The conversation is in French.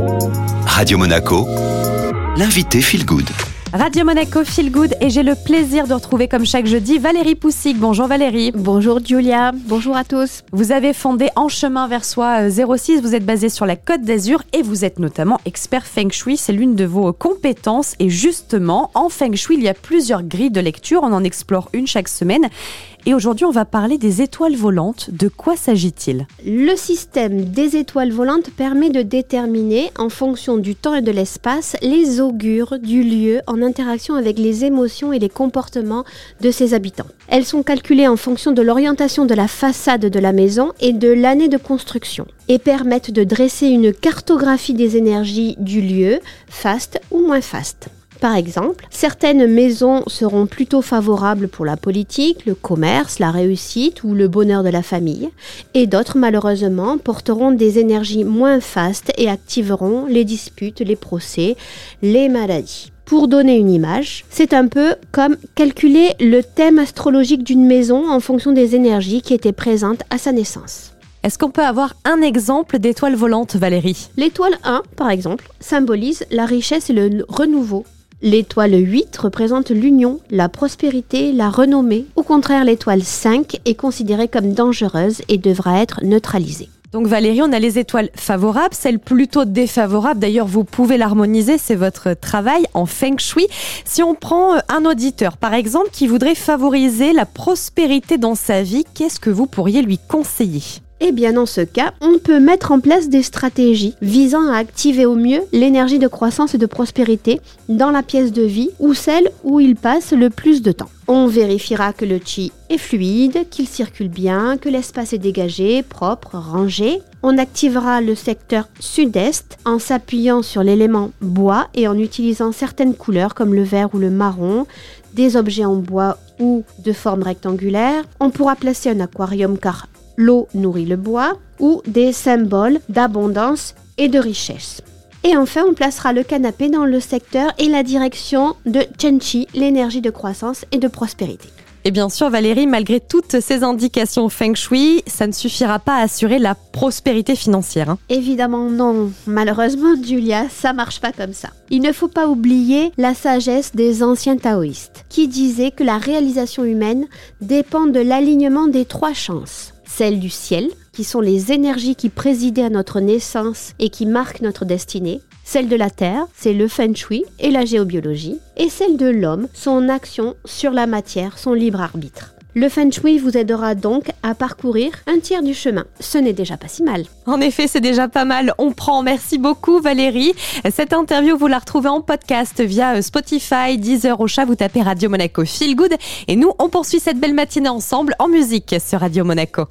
Radio Monaco, l'invité Feel Good. Radio Monaco Feel Good et j'ai le plaisir de retrouver comme chaque jeudi Valérie Poussic. Bonjour Valérie. Bonjour Julia, bonjour à tous. Vous avez fondé En Chemin vers Soi 06, vous êtes basée sur la Côte d'Azur et vous êtes notamment expert Feng Shui, c'est l'une de vos compétences et justement en Feng Shui il y a plusieurs grilles de lecture, on en explore une chaque semaine. Et aujourd'hui, on va parler des étoiles volantes. De quoi s'agit-il ? Le système des étoiles volantes permet de déterminer, en fonction du temps et de l'espace, les augures du lieu en interaction avec les émotions et les comportements de ses habitants. Elles sont calculées en fonction de l'orientation de la façade de la maison et de l'année de construction et permettent de dresser une cartographie des énergies du lieu, faste ou moins faste. Par exemple, certaines maisons seront plutôt favorables pour la politique, le commerce, la réussite ou le bonheur de la famille, et d'autres malheureusement porteront des énergies moins fastes et activeront les disputes, les procès, les maladies. Pour donner une image, c'est un peu comme calculer le thème astrologique d'une maison en fonction des énergies qui étaient présentes à sa naissance. Est-ce qu'on peut avoir un exemple d'étoile volante, Valérie ? L'étoile 1, par exemple, symbolise la richesse et le renouveau. L'étoile 8 représente l'union, la prospérité, la renommée. Au contraire, l'étoile 5 est considérée comme dangereuse et devra être neutralisée. Donc Valérie, on a les étoiles favorables, celles plutôt défavorables. D'ailleurs, vous pouvez l'harmoniser, c'est votre travail en Feng Shui. Si on prend un auditeur, par exemple, qui voudrait favoriser la prospérité dans sa vie, qu'est-ce que vous pourriez lui conseiller ? Eh bien, dans ce cas, on peut mettre en place des stratégies visant à activer au mieux l'énergie de croissance et de prospérité dans la pièce de vie ou celle où il passe le plus de temps. On vérifiera que le chi est fluide, qu'il circule bien, que l'espace est dégagé, propre, rangé. On activera le secteur sud-est en s'appuyant sur l'élément bois et en utilisant certaines couleurs comme le vert ou le marron, des objets en bois ou de forme rectangulaire. On pourra placer un aquarium car l'eau nourrit le bois, ou des symboles d'abondance et de richesse. Et enfin, on placera le canapé dans le secteur et la direction de Chen-Chi, l'énergie de croissance et de prospérité. Et bien sûr, Valérie, malgré toutes ces indications Feng Shui, ça ne suffira pas à assurer la prospérité financière. Évidemment non. Malheureusement, Julia, ça marche pas comme ça. Il ne faut pas oublier la sagesse des anciens taoïstes, qui disaient que la réalisation humaine dépend de l'alignement des 3 chances. Celle du ciel, qui sont les énergies qui présidaient à notre naissance et qui marquent notre destinée. Celle de la terre, c'est le Feng Shui et la géobiologie. Et celle de l'homme, son action sur la matière, son libre arbitre. Le Feng Shui vous aidera donc à parcourir un tiers du chemin. Ce n'est déjà pas si mal. En effet, c'est déjà pas mal. On prend. Merci beaucoup Valérie. Cette interview, vous la retrouvez en podcast via Spotify, Deezer, Ocha. Vous tapez Radio Monaco Feel Good. Et nous, on poursuit cette belle matinée ensemble en musique sur Radio Monaco.